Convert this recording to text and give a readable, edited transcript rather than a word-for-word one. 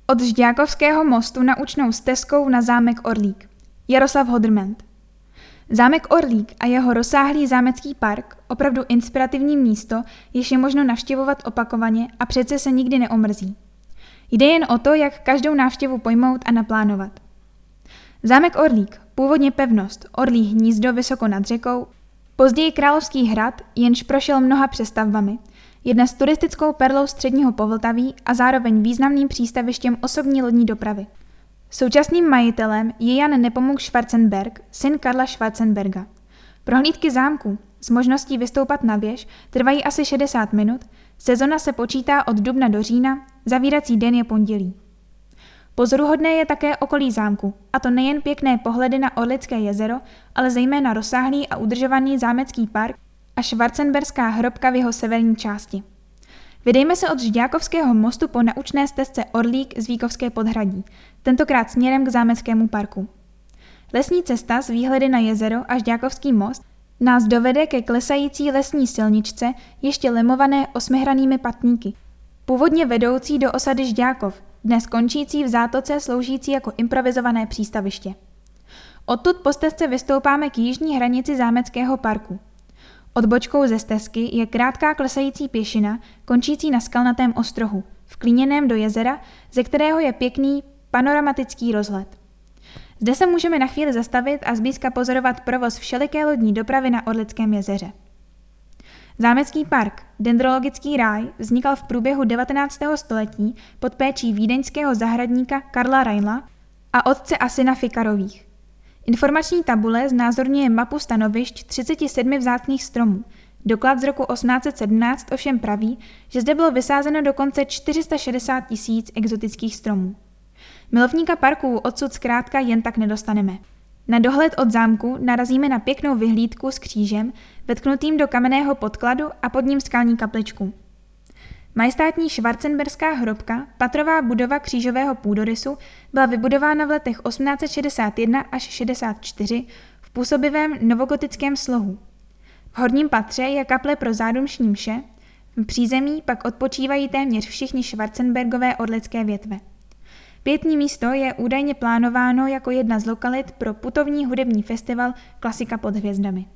Od Žďákovského mostu naučnou stezkou na zámek Orlík. Jaroslav Hodrment. Zámek Orlík a jeho rozsáhlý zámecký park, opravdu inspirativní místo, jež je možno navštěvovat opakovaně a přece se nikdy neomrzí. Jde jen o to, jak každou návštěvu pojmout a naplánovat. Zámek Orlík, původně pevnost, orlí hnízdo vysoko nad řekou, později Královský hrad, jenž prošel mnoha přestavbami, je dnes turistickou perlou středního Povltaví a zároveň významným přístavištěm osobní lodní dopravy. Současným majitelem je Jan Nepomuk Schwarzenberg, syn Karla Schwarzenberga. Prohlídky zámku s možností vystoupat na věž trvají asi 60 minut, sezona se počítá od dubna do října, zavírací den je pondělí. Pozoruhodné je také okolí zámku, a to nejen pěkné pohledy na Orlické jezero, ale zejména rozsáhlý a udržovaný zámecký park a Schwarzenberská hrobka v jeho severní části. Vydejme se od Žďákovského mostu po naučné stezce Orlík z Víkovské podhradí, tentokrát směrem k zámeckému parku. Lesní cesta s výhledy na jezero a Žďákovský most nás dovede ke klesající lesní silničce, ještě lemované osmihranými patníky, původně vedoucí do osady Žďákov, dnes končící v zátoce sloužící jako improvizované přístaviště. Odtud po stezce vystoupáme k jižní hranici zámeckého parku. Odbočkou ze stezky je krátká klesající pěšina, končící na skalnatém ostrohu, vklíněném do jezera, ze kterého je pěkný panoramatický rozhled. Zde se můžeme na chvíli zastavit a zblízka pozorovat provoz všeliké lodní dopravy na Orlickém jezeře. Zámecký park, dendrologický ráj, vznikal v průběhu 19. století pod péčí vídeňského zahradníka Karla Reinla a otce a syna Fikarových. Informační tabule znázorňuje mapu stanovišť 37 vzácných stromů. Doklad z roku 1817 ovšem praví, že zde bylo vysázeno dokonce 460 000 exotických stromů. Milovníka parků odsud zkrátka jen tak nedostaneme. Na dohled od zámku narazíme na pěknou vyhlídku s křížem, vetknutým do kamenného podkladu a pod ním skalní kapličku. Majestátní Schwarzenberská hrobka, patrová budova křížového půdorysu, byla vybudována v letech 1861 až 64 v působivém novogotickém slohu. V horním patře je kaple pro zádumční mše, v přízemí pak odpočívají téměř všichni Schwarzenbergové orlické větve. Pietní místo je údajně plánováno jako jedna z lokalit pro putovní hudební festival Klasika pod hvězdami.